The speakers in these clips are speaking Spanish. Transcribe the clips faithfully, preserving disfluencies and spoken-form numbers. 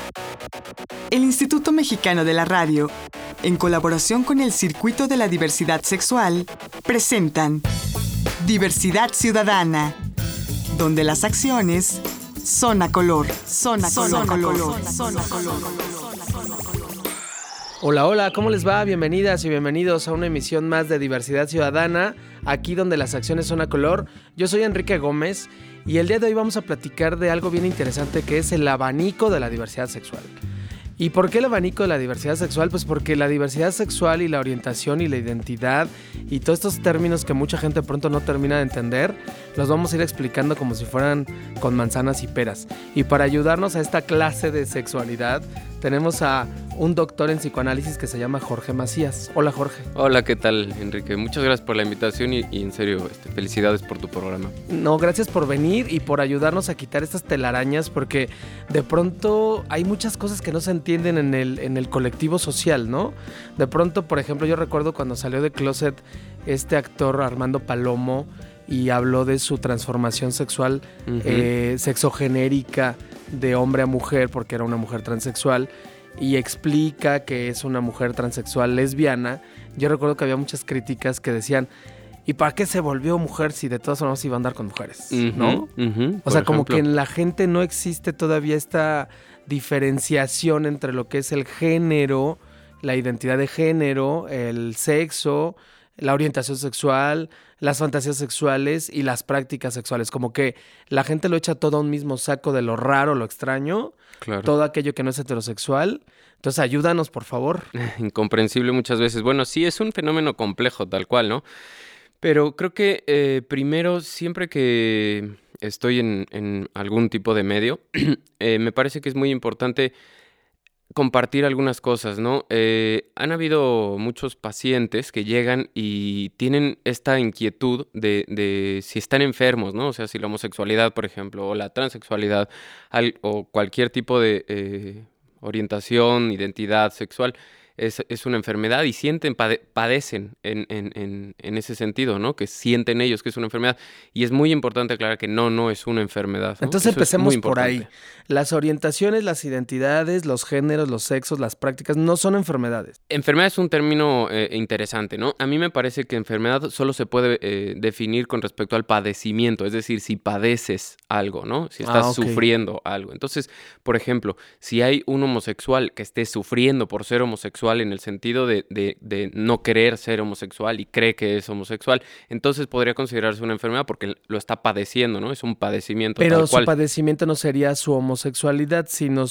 El Instituto Mexicano de la Radio, en colaboración con el Circuito de la Diversidad Sexual, presentan Diversidad Ciudadana, donde las acciones son a color, son a color, color, son a color. Hola, hola, ¿cómo les va? Bienvenidas y bienvenidos a una emisión más de Diversidad Ciudadana, aquí donde las acciones son a color. Yo soy Enrique Gómez y el día de hoy vamos a platicar de algo bien interesante que es el abanico de la diversidad sexual. ¿Y por qué el abanico de la diversidad sexual? Pues porque la diversidad sexual y la orientación y la identidad y todos estos términos que mucha gente pronto no termina de entender, los vamos a ir explicando como si fueran con manzanas y peras. Y para ayudarnos a esta clase de sexualidad, tenemos a un doctor en psicoanálisis que se llama Jorge Macías. Hola, Jorge. Hola, ¿qué tal, Enrique? Muchas gracias por la invitación y, y en serio, este, felicidades por tu programa. No, gracias por venir y por ayudarnos a quitar estas telarañas, porque de pronto hay muchas cosas que no se entienden en el, en el colectivo social, ¿no? De pronto, por ejemplo, yo recuerdo cuando salió de closet este actor Armando Palomo y habló de su transformación sexual, uh-huh. eh, sexogenérica, de hombre a mujer, porque era una mujer transexual, y explica que es una mujer transexual lesbiana. Yo recuerdo que había muchas críticas que decían, ¿y para qué se volvió mujer si de todas formas iba a andar con mujeres? Uh-huh, ¿No? Uh-huh, o sea, ejemplo. Como que en la gente no existe todavía esta diferenciación entre lo que es el género, la identidad de género, el sexo, la orientación sexual, las fantasías sexuales y las prácticas sexuales. Como que la gente lo echa todo a un mismo saco de lo raro, lo extraño, claro. Todo aquello que no es heterosexual. Entonces, ayúdanos, por favor. Incomprensible muchas veces. Bueno, sí, es un fenómeno complejo, tal cual, ¿no? Pero creo que eh, primero, siempre que estoy en, en algún tipo de medio, eh, me parece que es muy importante compartir algunas cosas, ¿no? Eh, han habido muchos pacientes que llegan y tienen esta inquietud de, de si están enfermos, ¿no? O sea, si la homosexualidad, por ejemplo, o la transexualidad, al, o cualquier tipo de eh, orientación, identidad sexual, es, es una enfermedad y sienten, pade- padecen en, en, en, en ese sentido, ¿no? Que sienten ellos que es una enfermedad. Y es muy importante aclarar que no, no es una enfermedad, ¿no? Entonces Eso empecemos es por ahí. Las orientaciones, las identidades, los géneros, los sexos, las prácticas no son enfermedades. Enfermedad es un término eh, interesante, ¿no? A mí me parece que enfermedad solo se puede eh, definir con respecto al padecimiento, es decir, si padeces algo, ¿no? Si estás ah, okay. sufriendo algo. Entonces, por ejemplo, si hay un homosexual que esté sufriendo por ser homosexual en el sentido de, de, de no querer ser homosexual y cree que es homosexual, entonces podría considerarse una enfermedad porque lo está padeciendo, ¿no? Es un padecimiento. Pero tal su cual. padecimiento no sería su homosexualidad, sino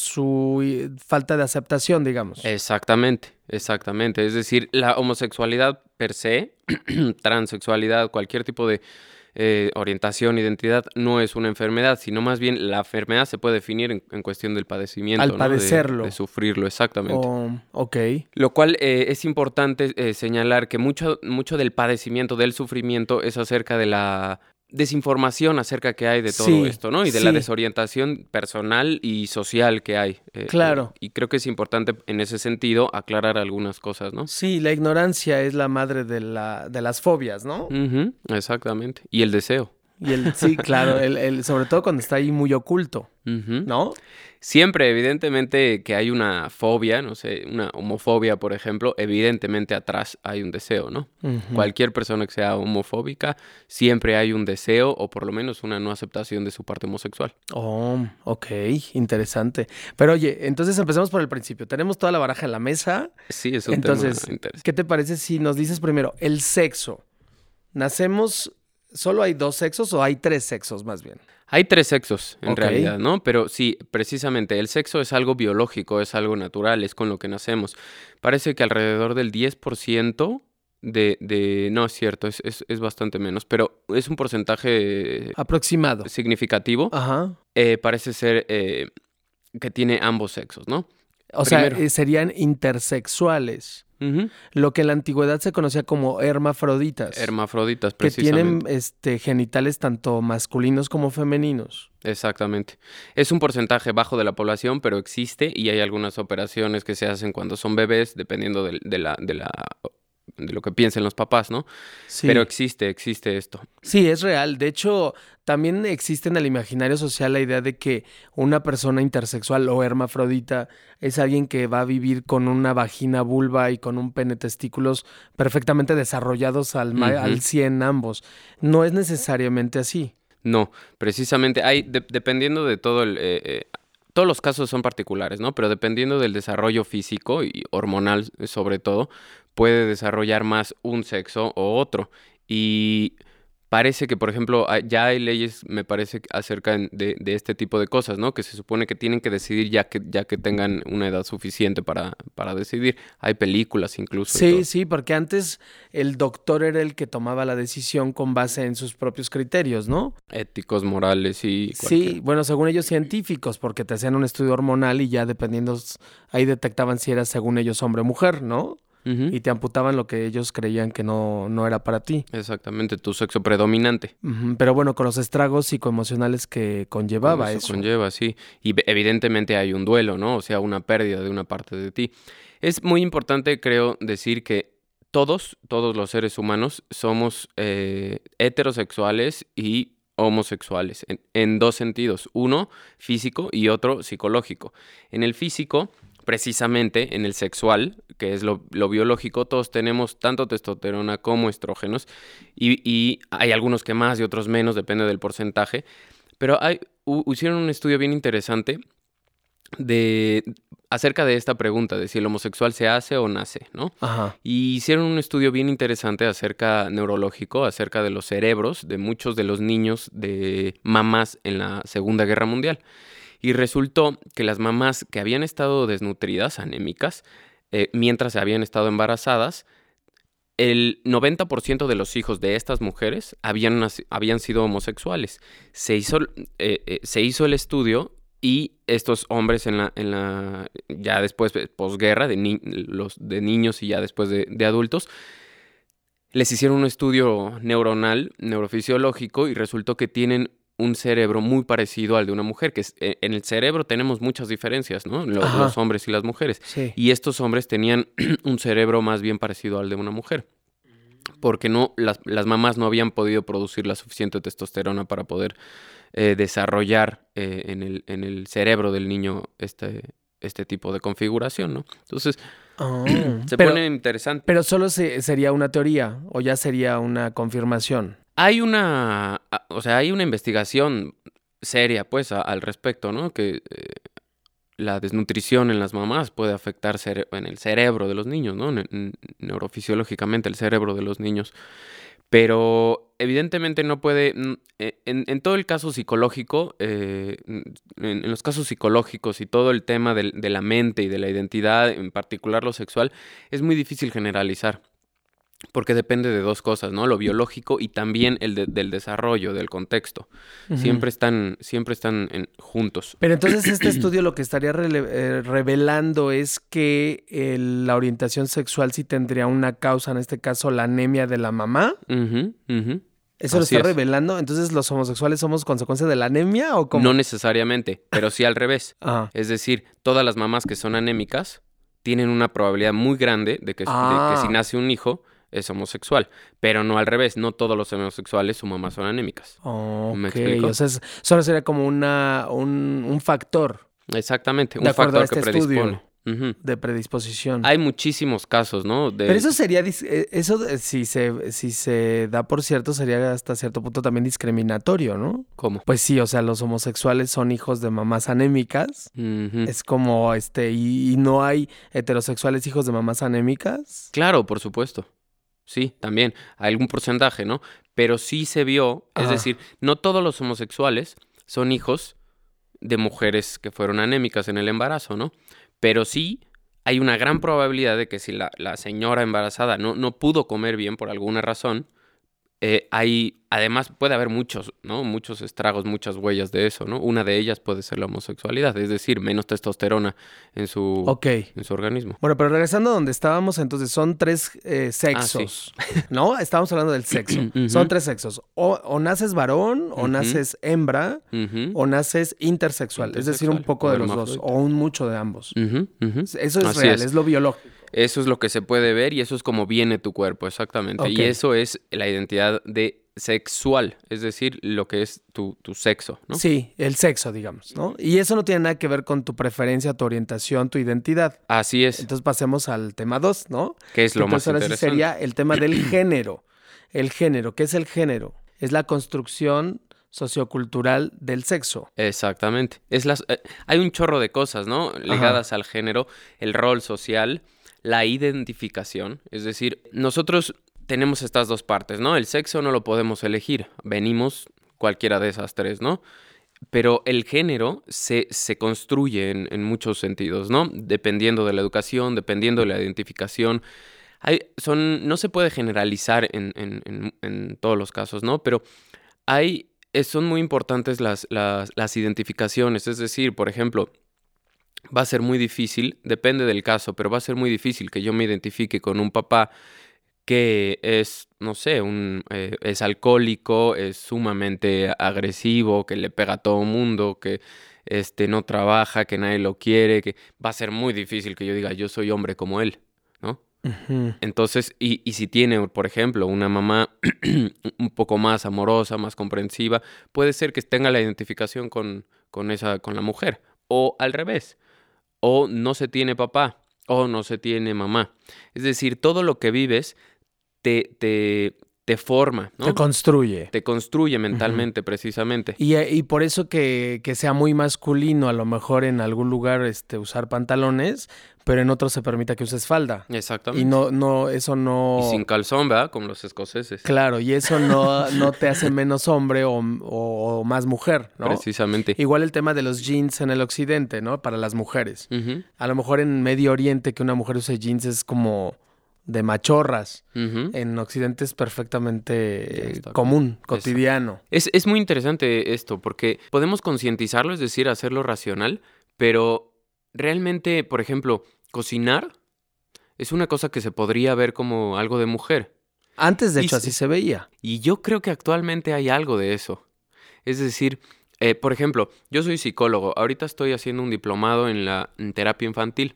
su falta de aceptación, digamos. Exactamente, exactamente. Es decir, la homosexualidad per se, transexualidad, cualquier tipo de eh, orientación, identidad, no es una enfermedad, sino más bien la enfermedad se puede definir en, en cuestión del padecimiento. Al ¿no? padecerlo. De, de sufrirlo, exactamente. Oh, ok. Lo cual eh, es importante eh, señalar que mucho, mucho del padecimiento, del sufrimiento, es acerca de la desinformación acerca que hay de todo sí, esto, ¿no? Y de sí. la desorientación personal y social que hay. Eh, claro. Eh, y creo que es importante en ese sentido aclarar algunas cosas, ¿no? Sí, la ignorancia es la madre de, la, de las fobias, ¿no? Uh-huh, exactamente. Y el deseo. Y el, sí, claro, el, el, sobre todo cuando está ahí muy oculto, uh-huh. ¿no? Siempre, evidentemente, que hay una fobia, no sé, una homofobia, por ejemplo, evidentemente atrás hay un deseo, ¿no? Uh-huh. Cualquier persona que sea homofóbica, siempre hay un deseo o por lo menos una no aceptación de su parte homosexual. Oh, ok, interesante. Pero oye, entonces empecemos por el principio. Tenemos toda la baraja en la mesa. Sí, es un entonces, tema interesante. ¿qué te parece si nos dices primero el sexo? ¿Nacemos, solo hay dos sexos o hay tres sexos más bien? Hay tres sexos, en okay. realidad, ¿no? Pero sí, precisamente, el sexo es algo biológico, es algo natural, es con lo que nacemos. Parece que alrededor del diez por ciento de... de no, es cierto, es, es, es bastante menos, pero es un porcentaje... aproximado. Significativo. Ajá. Eh, parece ser eh, que tiene ambos sexos, ¿no? O Primero. sea, eh, serían intersexuales. Uh-huh. Lo que en la antigüedad se conocía como hermafroditas. Hermafroditas, precisamente. Que precisamente. tienen este, genitales tanto masculinos como femeninos. Exactamente. Es un porcentaje bajo de la población, pero existe y hay algunas operaciones que se hacen cuando son bebés, dependiendo de, de, la, de la de lo que piensen los papás, ¿no? Sí. Pero existe, existe esto. Sí, es real. De hecho, también existe en el imaginario social la idea de que una persona intersexual o hermafrodita es alguien que va a vivir con una vagina, vulva y con un pene, testículos perfectamente desarrollados al, ma- Ujú. al cien ambos. No es necesariamente así. No, precisamente, hay, de- dependiendo de todo el... eh, eh, todos los casos son particulares, ¿no? Pero dependiendo del desarrollo físico y hormonal, eh, sobre todo, puede desarrollar más un sexo o otro. Y parece que, por ejemplo, hay- ya hay leyes, me parece, que acerca en- de, de este tipo de cosas, ¿no? Que se supone que tienen que decidir ya que, ya que tengan una edad suficiente para, para decidir. Hay películas incluso y Sí, todo. sí, porque antes el doctor era el que tomaba la decisión con base en sus propios criterios, ¿no? Éticos, morales y Sí, cualquier... bueno, según ellos científicos, porque te hacían un estudio hormonal y ya dependiendo, s- ahí detectaban si eras según ellos hombre o mujer, ¿no? Ujú. Y te amputaban lo que ellos creían que no, no era para ti. Exactamente, tu sexo predominante. Ujú, pero bueno, con los estragos psicoemocionales que Con conllevaba eso eso. conlleva, sí. Y ve- evidentemente hay un duelo, ¿no? O sea, una pérdida de una parte de ti. Es muy importante, creo, decir que todos, todos los seres humanos somos eh, heterosexuales y homosexuales, en, en dos sentidos. Uno, físico y otro, psicológico. En el físico, precisamente, en el sexual, que es lo, lo biológico, todos tenemos tanto testosterona como estrógenos y, y hay algunos que más y otros menos, depende del porcentaje. Pero hay, hu- hicieron un estudio bien interesante de, acerca de esta pregunta, de si el homosexual se hace o nace, ¿no? Ajá. Y hicieron un estudio bien interesante acerca neurológico, acerca de los cerebros de muchos de los niños de mamás en la Segunda Guerra Mundial. Y resultó que las mamás que habían estado desnutridas, anémicas, eh, mientras habían estado embarazadas, el noventa por ciento de los hijos de estas mujeres habían, naci- habían sido homosexuales. Se hizo, eh, eh, se hizo el estudio y estos hombres en la, en la ya después, eh, posguerra, de, ni- los, de niños y ya después de, de adultos, les hicieron un estudio neuronal, neurofisiológico, y resultó que tienen un cerebro muy parecido al de una mujer, que es- eh, en el cerebro tenemos muchas diferencias, ¿no? Lo- Ajá. los hombres y las mujeres. Sí. Y estos hombres tenían un cerebro más bien parecido al de una mujer, porque no, las, las mamás no habían podido producir la suficiente testosterona para poder eh, desarrollar eh, en el, en el cerebro del niño este, este tipo de configuración, ¿no? Entonces, Oh, se pero, pone interesante. pero solo se- sería una teoría o ya sería una confirmación. Hay una, a- o sea, hay una investigación seria, pues, a- al respecto, ¿no? Que eh, la desnutrición en las mamás puede afectar cere- en el cerebro de los niños, ¿no? Ne- n- neurofisiológicamente el cerebro de los niños. Pero evidentemente no puede, mm, e- en, en todo el caso psicológico, eh, mm, en, en los casos psicológicos y todo el tema del- de la mente y de la identidad, en particular lo sexual, es muy difícil generalizar. Porque depende de dos cosas, ¿no? Lo biológico y también el de- del desarrollo, del contexto. Ujú. Siempre están, siempre están en- juntos. Pero entonces este estudio lo que estaría rele- eh, revelando es que el- la orientación sexual sí tendría una causa, en este caso la anemia de la mamá. Ujú, ujú. ¿Eso lo Así está es. revelando? Entonces, ¿los homosexuales somos consecuencia de la anemia o cómo? No necesariamente, pero sí al revés. Ah, Es decir, todas las mamás que son anémicas tienen una probabilidad muy grande de que, de que Ah. si nace un hijo es homosexual, pero no al revés. No todos los homosexuales, su mamá son anémicas. ¿Me ok. explico? O sea, es- solo sería como una, un, un factor Exactamente, De un acuerdo a factor que este estudio. predispone. Ujú. de predisposición. Hay muchísimos casos, ¿no? De... Pero eso sería, dis- eh, eso eh, si se, si se da por cierto, sería hasta cierto punto también discriminatorio, ¿no? ¿Cómo? Pues sí, o sea, los homosexuales son hijos de mamás anémicas. Ujú. Es como, este, y, y no hay heterosexuales hijos de mamás anémicas. Claro, por supuesto. Sí, también. Algún porcentaje, ¿no? Pero sí se vio, es Ah. decir, no todos los homosexuales son hijos de mujeres que fueron anémicas en el embarazo, ¿no? Pero sí hay una gran probabilidad de que si la, la señora embarazada no, no pudo comer bien por alguna razón, eh, hay, además puede haber muchos, ¿no? Muchos estragos, muchas huellas de eso, ¿no? Una de ellas puede ser la homosexualidad, es decir, menos testosterona en su, Ok. en su organismo. Bueno, pero regresando a donde estábamos, entonces son tres eh, sexos, ¿no? Estábamos hablando del sexo. Ujú. Son tres sexos. O, o naces varón, o Ujú. naces hembra, Ujú. o naces intersexual. Es decir, un Intersexual, poco o de los dos, hermafrodita. o un mucho de ambos. Ujú, ujú. Eso es Así real, es. es lo biológico. Eso es lo que se puede ver y eso es como viene tu cuerpo, exactamente. Ok. Y eso es la identidad de sexual, es decir, lo que es tu, tu sexo, ¿no? Sí, el sexo, digamos, ¿no? Y eso no tiene nada que ver con tu preferencia, tu orientación, tu identidad. Así es, Entonces pasemos al tema dos, ¿no? que es lo Entonces más ahora sí interesante. sería el tema del género. El género, ¿qué es el género? Es la construcción sociocultural del sexo. Exactamente. Es las, eh, hay un chorro de cosas, ¿no? Ligadas al género, el rol social, la identificación. Es decir, nosotros tenemos estas dos partes, ¿no? El sexo no lo podemos elegir. Venimos cualquiera de esas tres, ¿no? Pero el género se, se construye en, en muchos sentidos, ¿no? Dependiendo de la educación, dependiendo de la identificación. Hay, son, no se puede generalizar en, en, en, en todos los casos, ¿no? Pero hay, eh, son muy importantes las, las, las identificaciones. Es decir, por ejemplo, va a ser muy difícil, depende del caso, pero va a ser muy difícil que yo me identifique con un papá que es, no sé, un, eh, es alcohólico, es sumamente agresivo, que le pega a todo mundo, que este, no trabaja, que nadie lo quiere, que va a ser muy difícil que yo diga yo soy hombre como él, ¿no? Ujú. Entonces, y, y si tiene, por ejemplo, una mamá un poco más amorosa, más comprensiva, puede ser que tenga la identificación con, con esa, con la mujer. O al revés. O no se tiene papá. O no se tiene mamá. Es decir, todo lo que vives te, te, te forma, ¿no? Te construye. Te construye mentalmente, precisamente. Y, eh, y por eso que, que sea muy masculino, a lo mejor en algún lugar este, usar pantalones, pero en otros se permita que uses falda. Exactamente. Y no, no, eso no. Y sin calzón, ¿verdad? Como los escoceses. Claro, y eso no, no te hace menos hombre o, o- o más mujer, ¿no? Precisamente. Igual el tema de los jeans en el occidente, ¿no? Para las mujeres. Ujú, A lo mejor en Medio Oriente que una mujer use jeans es como de machorras. ujú. En occidente es Ya perfectamente está. común, cotidiano. Es, es muy interesante esto, porque podemos concientizarlo, es decir, hacerlo racional, pero realmente, por ejemplo, cocinar es una cosa que se podría ver como algo de mujer. Antes, de Y hecho, se- así se veía. Y yo creo que actualmente hay algo de eso. Es decir, eh, por ejemplo, yo soy psicólogo, ahorita estoy haciendo un diplomado en la en terapia infantil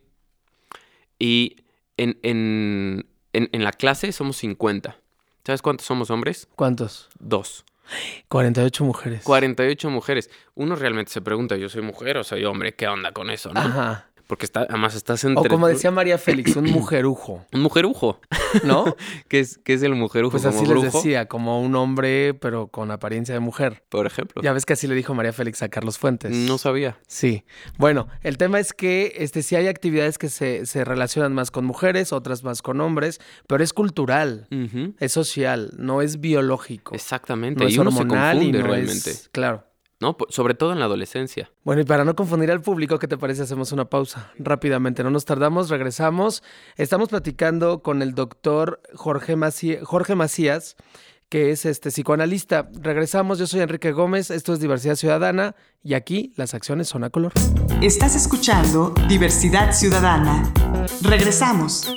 y en, en, en, en la clase somos cincuenta. ¿Sabes cuántos somos hombres? ¿Cuántos? Dos. cuarenta y ocho mujeres. cuarenta y ocho mujeres. Uno realmente se pregunta, ¿yo soy mujer o soy hombre? ¿Qué onda con eso, no? Ajá. Porque está, además estás O entre... como decía María Félix, un mujerujo, Un mujerujo. ¿no? ¿Qué es, qué es el mujerujo? Pues ¿Como así les brujo? decía, como un hombre, pero con apariencia de mujer. Por ejemplo. Ya ves que así le dijo María Félix a Carlos Fuentes. No sabía. Sí. Bueno, el tema es que este, sí hay actividades que se, se relacionan más con mujeres, otras más con hombres, pero es cultural, Ujú. es social, no es biológico. Exactamente. No es y uno se hormonal y confunde no realmente. es... Claro. ¿No? Po- Sobre todo en la adolescencia. Bueno, y para no confundir al público, ¿qué te parece? Hacemos una pausa rápidamente. No nos tardamos, regresamos. Estamos platicando con el doctor Jorge, Mací- Jorge Macías, que es este psicoanalista. Regresamos, yo soy Enrique Gómez, esto es Diversidad Ciudadana y aquí las acciones son a color. Estás escuchando Diversidad Ciudadana. Regresamos.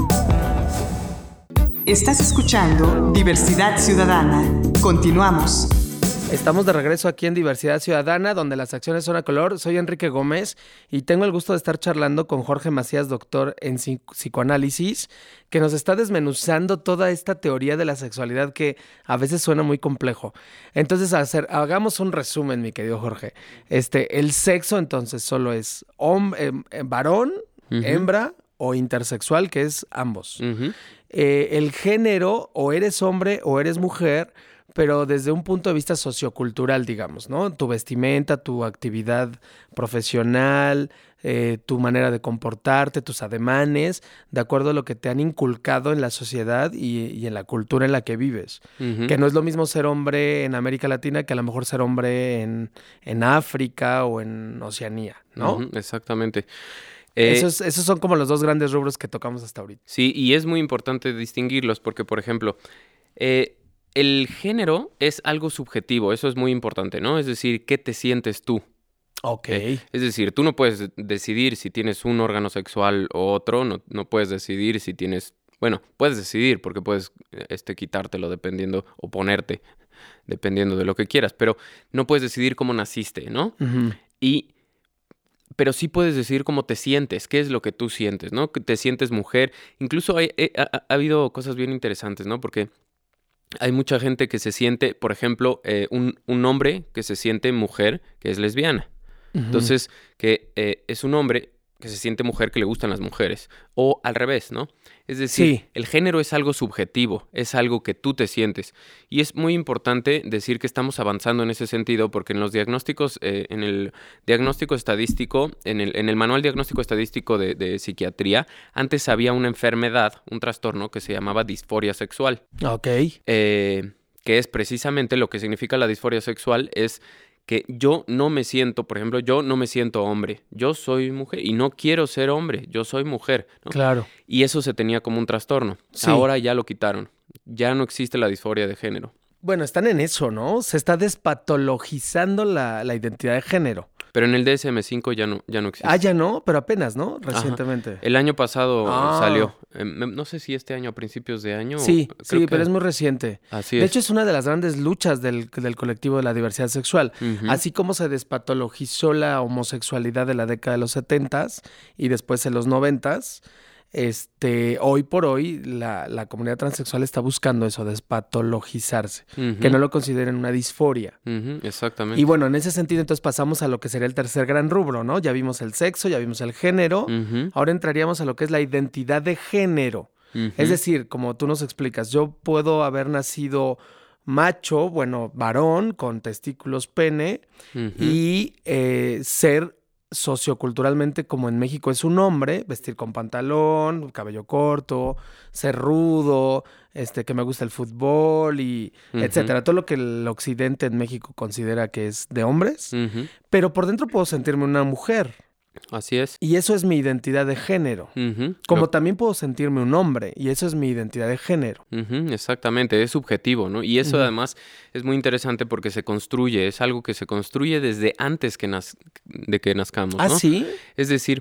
Estás escuchando Diversidad Ciudadana. Continuamos. Estamos de regreso aquí en Diversidad Ciudadana, donde las acciones son a color. Soy Enrique Gómez y tengo el gusto de estar charlando con Jorge Macías, doctor en psi- psicoanálisis, que nos está desmenuzando toda esta teoría de la sexualidad que a veces suena muy complejo. Entonces, a hacer, hagamos un resumen, mi querido Jorge. Este, el sexo entonces solo es hom- eh, eh, varón, Ujú. hembra o intersexual, que es ambos. Ujú. Eh, el género, o eres hombre o eres mujer, pero desde un punto de vista sociocultural, digamos, ¿no? Tu vestimenta, tu actividad profesional, eh, tu manera de comportarte, tus ademanes, de acuerdo a lo que te han inculcado en la sociedad y, y en la cultura en la que vives. Ujú. Que no es lo mismo ser hombre en América Latina que a lo mejor ser hombre en, en África o en Oceanía, ¿no? Ujú, exactamente. Eh, Esos, esos son como los dos grandes rubros que tocamos hasta ahorita. Sí, y es muy importante distinguirlos porque, por ejemplo, eh, el género es algo subjetivo, eso es muy importante, ¿no? Es decir, ¿qué te sientes tú? Ok. Eh, es decir, tú no puedes decidir si tienes un órgano sexual o otro, no, no puedes decidir si tienes... Bueno, puedes decidir porque puedes eh, este, quitártelo dependiendo o ponerte dependiendo de lo que quieras, pero no puedes decidir cómo naciste, ¿no? Ujú. Y pero sí puedes decir cómo te sientes, qué es lo que tú sientes, ¿no? Que te sientes mujer. Incluso hay, eh, ha, ha habido cosas bien interesantes, ¿no? Porque hay mucha gente que se siente, por ejemplo, eh, un, un hombre que se siente mujer que es lesbiana. Ujú. Entonces, que eh, es un hombre que se siente mujer que le gustan las mujeres. O al revés, ¿no? Es decir, Sí. el género es algo subjetivo, es algo que tú te sientes. Y es muy importante decir que estamos avanzando en ese sentido porque en los diagnósticos, eh, en el diagnóstico estadístico, en el, en el manual diagnóstico estadístico de, de psiquiatría, antes había una enfermedad, un trastorno que se llamaba disforia sexual. Ok. Eh, que es precisamente lo que significa la disforia sexual, es que yo no me siento, por ejemplo, yo no me siento hombre, yo soy mujer y no quiero ser hombre, yo soy mujer, ¿no? Claro. Y eso se tenía como un trastorno. Sí. Ahora ya lo quitaron. Ya no existe la disforia de género. Bueno, están en eso, ¿no? Se está despatologizando la, la identidad de género. Pero en el D S M cinco ya no, ya no existe. Ah, ya no, pero apenas, ¿no? Ajá. Recientemente. El año pasado Ah. salió. Eh, no sé si este año, a principios de año. Sí, creo sí, que- pero es muy reciente. Así De es. hecho, es una de las grandes luchas del, del colectivo de la diversidad sexual. Ujú. Así como se despatologizó la homosexualidad de la década de los setentas y después en los noventas, este, hoy por hoy la, la comunidad transexual está buscando eso, despatologizarse, Ujú. que no lo consideren una disforia. Ujú, exactamente. Y bueno, en ese sentido entonces pasamos a lo que sería el tercer gran rubro, ¿no? Ya vimos el sexo, ya vimos el género, Ujú, ahora entraríamos a lo que es la identidad de género. ujú. Es decir, como tú nos explicas, yo puedo haber nacido macho, bueno, varón, con testículos pene, Ujú. y eh, ser socioculturalmente como en México es un hombre, vestir con pantalón, cabello corto, ser rudo, este, que me gusta el fútbol y Ujú. etcétera. Todo lo que el occidente en México considera que es de hombres, Ujú. pero por dentro puedo sentirme una mujer. Así es. Y eso es mi identidad de género. Ujú. Como Lo- también puedo sentirme un hombre, y eso es mi identidad de género. Ujú, exactamente, es subjetivo, ¿no? Y eso Ujú. además es muy interesante porque se construye, es algo que se construye desde antes que naz- de que nazcamos, ¿Ah, ¿no? sí? Es decir,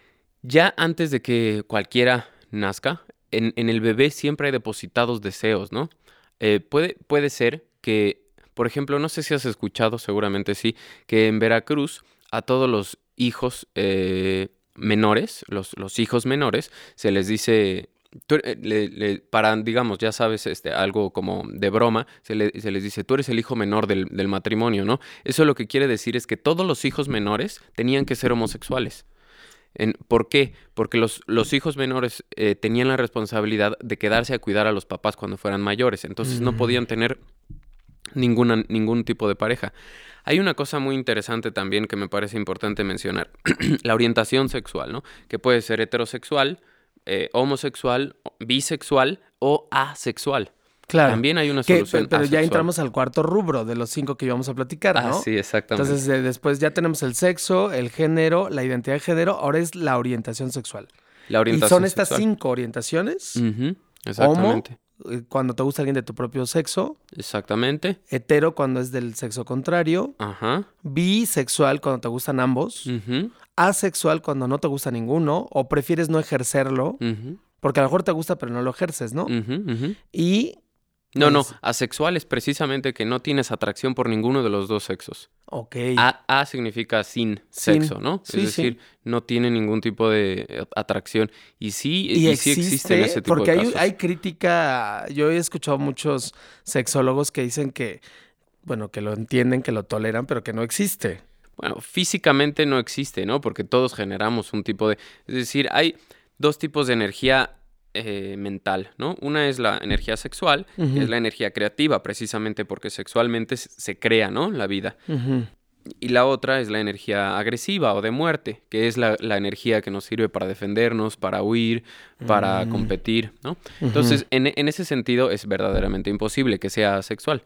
ya antes de que cualquiera nazca, en, en el bebé siempre hay depositados deseos, ¿no? Eh, puede, puede ser que, por ejemplo, no sé si has escuchado, seguramente sí, que en Veracruz a todos los hijos eh, menores, los, los hijos menores, se les dice, tú, eh, le- le- para, digamos, ya sabes, este, algo como de broma, se, le- se les dice, tú eres el hijo menor del, del matrimonio, ¿no? Eso lo que quiere decir es que todos los hijos menores tenían que ser homosexuales. En- ¿Por qué? Porque los, los hijos menores eh, tenían la responsabilidad de quedarse a cuidar a los papás cuando fueran mayores, entonces no Mm. podían tener ninguna, ningún tipo de pareja. Hay una cosa muy interesante también que me parece importante mencionar, la orientación sexual, ¿no? Que puede ser heterosexual, eh, homosexual, bisexual o asexual. Claro. También hay una Que- solución pe- pero ya asexual. entramos al cuarto rubro de los cinco que íbamos a platicar, Ah, ¿no? sí, exactamente. Entonces, eh, después ya tenemos el sexo, el género, la identidad de género, ahora es la orientación sexual. la Y orientación son estas sexual. cinco orientaciones. Ujú, Homo, exactamente. eh, cuando te gusta alguien de tu propio sexo. Exactamente. Hetero, cuando es del sexo contrario. Ajá. Bisexual, cuando te gustan ambos. Ujú, Asexual, cuando no te gusta ninguno o prefieres no ejercerlo. ujú, Porque a lo mejor te gusta, pero no lo ejerces, ¿no? ujú, ujú. Y... No, no, pues, asexual es precisamente que no tienes atracción por ninguno de los dos sexos. Ok. A, a significa sin, Sin. sexo, ¿no? Sí, es decir, sí. no tiene ningún tipo de eh, atracción. Y sí, Y, y sí existe, existen ese tipo porque de hay, casos. hay crítica, yo he escuchado muchos sexólogos que dicen que, bueno, que lo entienden, que lo toleran, pero que no existe. Bueno, físicamente no existe, ¿no? Porque todos generamos un tipo de... Es decir, hay dos tipos de energía eh, mental, ¿no? Una es la energía sexual, que Ujú. es la energía creativa, precisamente porque sexualmente se- se crea, ¿no? La vida. Ujú. Y la otra es la energía agresiva o de muerte, que es la, la energía que nos sirve para defendernos, para huir, para Mm. competir, ¿no? Entonces, en, en ese sentido es verdaderamente imposible que sea sexual.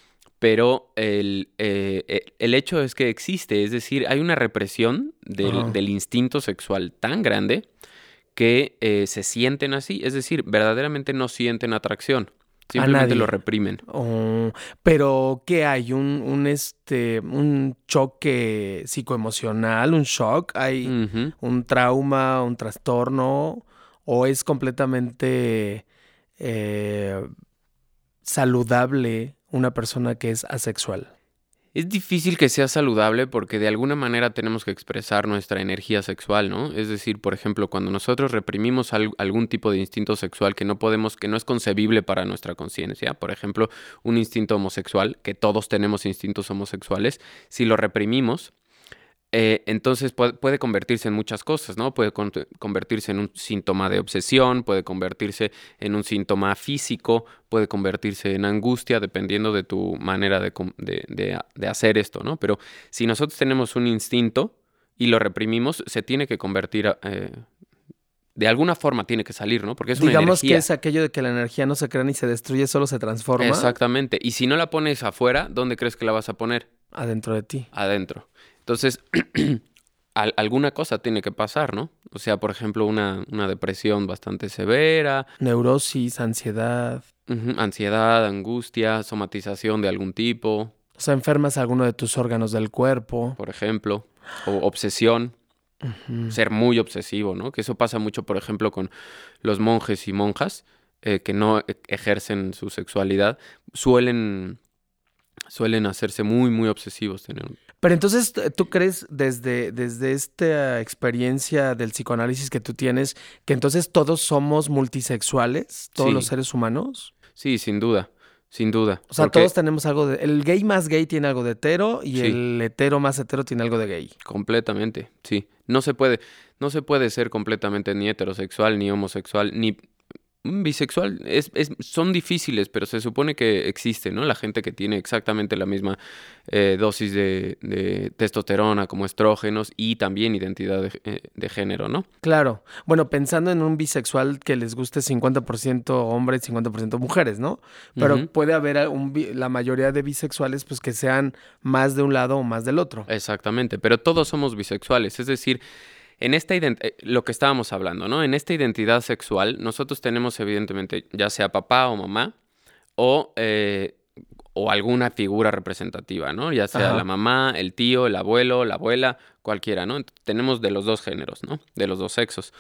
Pero el, eh, eh, el hecho es que existe, es decir, hay una represión del, Ajá. del instinto sexual tan grande que eh, se sienten así, es decir, verdaderamente no sienten atracción, simplemente nadie. lo reprimen. Oh, pero ¿qué hay? ¿Un, un, este, un choque psicoemocional, un shock? ¿Hay Ujú. un trauma, un trastorno? ¿O es completamente eh, saludable una persona que es asexual? Es difícil que sea saludable porque de alguna manera tenemos que expresar nuestra energía sexual, ¿no? Es decir, por ejemplo, cuando nosotros reprimimos al- algún tipo de instinto sexual que no podemos, que no es concebible para nuestra conciencia, por ejemplo, un instinto homosexual, que todos tenemos instintos homosexuales, si lo reprimimos, eh, entonces puede, puede convertirse en muchas cosas, ¿no? Puede con- convertirse en un síntoma de obsesión, puede convertirse en un síntoma físico, puede convertirse en angustia, dependiendo de tu manera de, com- de- de a- de hacer esto, ¿no? Pero si nosotros tenemos un instinto y lo reprimimos, se tiene que convertir, a- eh, de alguna forma tiene que salir, ¿no? Porque es una Digamos que energía. es aquello de que la energía no se crea ni se destruye, solo se transforma Exactamente. Y si no la pones afuera, ¿dónde crees que la vas a poner? adentro de ti. Adentro. Entonces, al- alguna cosa tiene que pasar, ¿no? O sea, por ejemplo, una, una depresión bastante severa, Neurosis, ansiedad. ujú, ansiedad, angustia, somatización de algún tipo, O sea, enfermas alguno de tus órganos del cuerpo. por ejemplo, o obsesión, Ujú. ser muy obsesivo, ¿no? Que eso pasa mucho, por ejemplo, con los monjes y monjas eh, que no e- ejercen su sexualidad, suelen, suelen hacerse muy, muy obsesivos. Tener un- Pero entonces, t- ¿tú crees desde, desde esta experiencia del psicoanálisis que tú tienes, que entonces todos somos multisexuales, todos los Sí, seres humanos? sí, sin duda, sin duda. O sea, Porque todos tenemos algo de... El gay más gay tiene algo de hetero y sí, el hetero más hetero tiene algo de gay. completamente, sí. No se puede, no se puede ser completamente ni heterosexual, ni homosexual, ni mm, bisexual. Es, es- son difíciles, pero se supone que existe, ¿no? La gente que tiene exactamente la misma eh, dosis de, de testosterona como estrógenos y también identidad de, eh, de género, ¿no? Claro. Bueno, pensando en un bisexual que les guste cincuenta por ciento hombres y cincuenta por ciento mujeres, ¿no? Pero Ujú. puede haber a- un bi- la mayoría de bisexuales pues que sean más de un lado o más del otro. Exactamente, pero todos somos bisexuales, es decir, en esta ident- eh, lo que estábamos hablando, ¿no? En esta identidad sexual, nosotros tenemos evidentemente ya sea papá o mamá o, eh, o alguna figura representativa, ¿no? Ya sea la Ajá. mamá, el tío, el abuelo, la abuela, cualquiera, ¿no? Ent- Tenemos de los dos géneros, ¿no? De los dos sexos.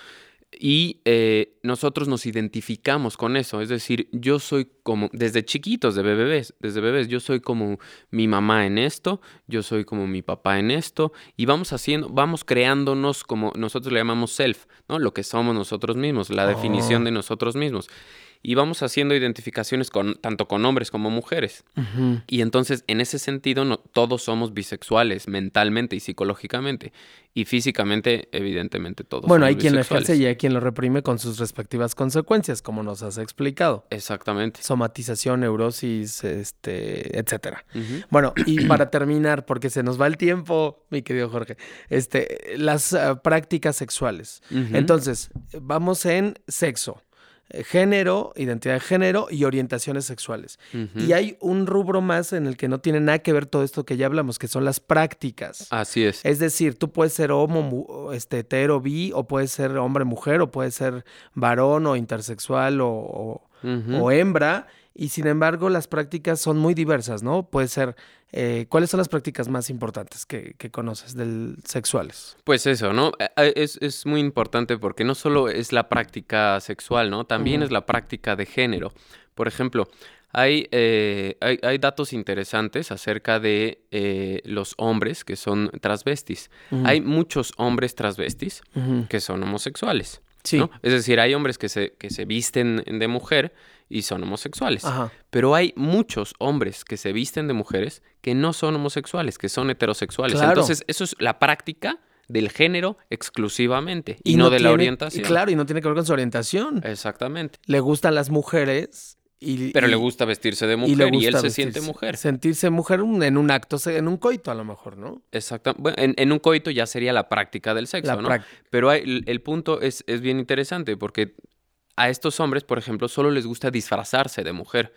Y eh, nosotros nos identificamos con eso, es decir, yo soy como, desde chiquitos, de bebés, desde bebés, yo soy como mi mamá en esto, yo soy como mi papá en esto, y vamos haciendo, vamos creándonos como nosotros le llamamos self, ¿no? Lo que somos nosotros mismos, la definición Oh. de nosotros mismos. Y vamos haciendo identificaciones con, tanto con hombres como mujeres. Ujú. Y entonces, en ese sentido, no, todos somos bisexuales, mentalmente y psicológicamente. Y físicamente, evidentemente, todos Bueno, somos hay quien lo ejerce bisexuales. y hay quien lo reprime con sus respectivas consecuencias, como nos has explicado. Exactamente. Somatización, neurosis, este, etcétera. Ujú. Bueno, y para terminar, porque se nos va el tiempo, mi querido Jorge, este, las ah, prácticas sexuales. Ujú. Entonces, vamos en sexo, eh, género, identidad de género y orientaciones sexuales. Y Ujú. hay un rubro más en el que no tiene nada que ver todo esto que ya hablamos, que son las prácticas. Así es. Es decir, tú puedes ser homo, mu- este, hetero, bi, o puedes ser hombre, mujer, o puedes ser varón o intersexual o, o- Ujú. o hembra, y sin embargo las prácticas son muy diversas, ¿no? Puede ser, eh, ¿cuáles son las prácticas más importantes que, que conoces del sexuales? Pues eso, ¿no? Eh, eh, Es, es muy importante porque no solo es la práctica sexual, ¿no? También Ujú. es la práctica de género. Por ejemplo, hay, eh, hay, hay datos interesantes acerca de eh, los hombres que son transvestis. Ujú. Hay muchos hombres transvestis Ujú. que son homosexuales, Sí. ¿no? Es decir, hay hombres que se, que se visten de mujer y son homosexuales. Ajá. Pero hay muchos hombres que se visten de mujeres que no son homosexuales, que son heterosexuales. Claro. Entonces, eso es la práctica del género exclusivamente y, Y no, no de la tiene, y orientación. claro, y no tiene que ver con su orientación. Exactamente. Le gustan las mujeres y, Pero le y- gusta vestirse de y le mujer y, él gusta se siente vestirse- mujer. Sentirse mujer un- en un acto, se- en un coito a lo mejor, ¿no? Exacto. Bueno, en, en un coito ya sería la práctica del sexo, La ¿no? prac- Pero hay- el, el punto es, es bien interesante porque a estos hombres, por ejemplo, solo les gusta disfrazarse de mujer,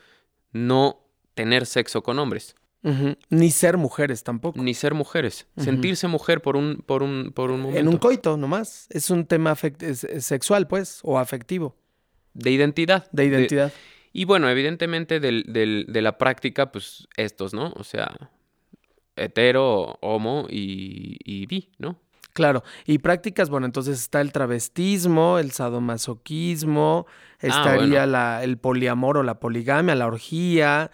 no tener sexo con hombres, Ujú. Ni ser mujeres tampoco. ni ser mujeres, Ujú. sentirse mujer por un, por un, por un momento. En un coito nomás. Es un tema afect- es- es sexual, pues, o afectivo, De identidad. de identidad. Y bueno, evidentemente del, del- de la práctica, pues estos, ¿no? O sea, hetero, homo y, y bi, ¿no? Claro, y prácticas, bueno, entonces está el travestismo, el sadomasoquismo, estaría bueno. la, el poliamor o la poligamia, la orgía,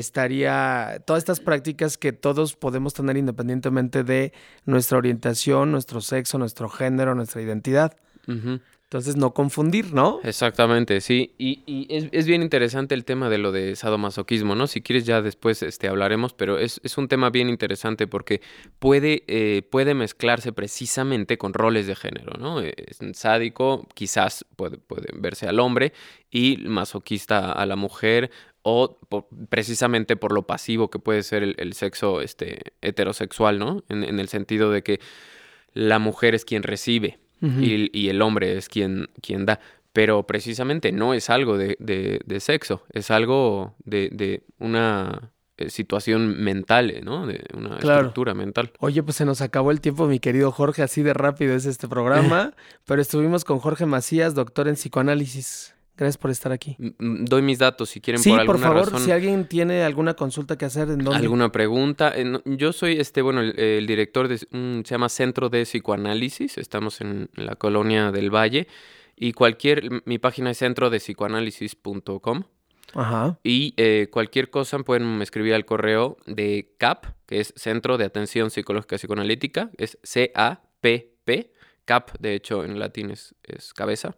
estaría todas estas prácticas que todos podemos tener independientemente de nuestra orientación, nuestro sexo, nuestro género, nuestra identidad. Ujú. Entonces, no confundir, ¿no? Exactamente, sí. Y, y es, es bien interesante el tema de lo de sadomasoquismo, ¿no? Si quieres ya después este, hablaremos, pero es, es un tema bien interesante porque puede, eh, puede mezclarse precisamente con roles de género, ¿no? Es un sádico, quizás puede, puede verse al hombre, y masoquista a la mujer, o po- precisamente por lo pasivo que puede ser el, el sexo este, heterosexual, ¿no? En, en el sentido de que la mujer es quien recibe Ujú. y, y el hombre es quien, quien da. Pero precisamente no es algo de, de- de sexo, es algo de, de una eh, situación mental, eh, ¿no? De una Claro. estructura mental. Oye, pues se nos acabó el tiempo, mi querido Jorge, así de rápido es este programa, pero estuvimos con Jorge Macías, doctor en psicoanálisis. Gracias por estar aquí. M- m- Doy mis datos si quieren Sí, por por alguna favor, razón. si alguien tiene alguna consulta que hacer, ¿en dónde? ¿Alguna pregunta? Eh, no, yo soy, este, bueno, el, el director de, un- se llama Centro de Psicoanálisis, estamos en la colonia del Valle, y cualquier, mi página es centro de psicoanálisis punto com, Ajá. y eh, cualquier cosa pueden escribir al correo de C A P, que es Centro de Atención Psicológica Psicoanalítica, es C A P P, C A P, de hecho en latín es, es cabeza,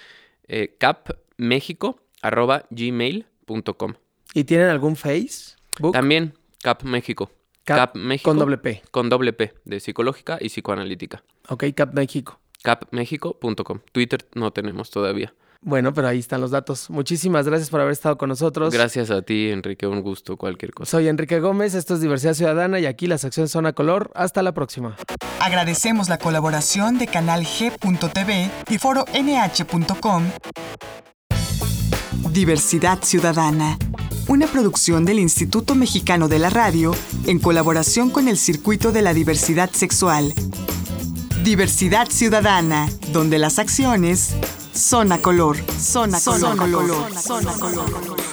eh, capmexico arroba gmail punto com. ¿Y tienen algún Facebook? También Cap México. Cap, Cap México. con doble P. Con doble P, de psicológica y psicoanalítica. Ok, Cap México. cap mexico punto com. Twitter no tenemos todavía. Bueno, pero ahí están los datos. Muchísimas gracias por haber estado con nosotros. Gracias a ti, Enrique. Un gusto, cualquier cosa. Soy Enrique Gómez, esto es Diversidad Ciudadana y aquí la sección Zona Color. Hasta la próxima. Agradecemos la colaboración de Canal G punto T V y Foro N H punto com. Diversidad Ciudadana, una producción del Instituto Mexicano de la Radio en colaboración con el Circuito de la Diversidad Sexual. Diversidad Ciudadana, donde las acciones son a color. Son a color. Son a color. Son a color.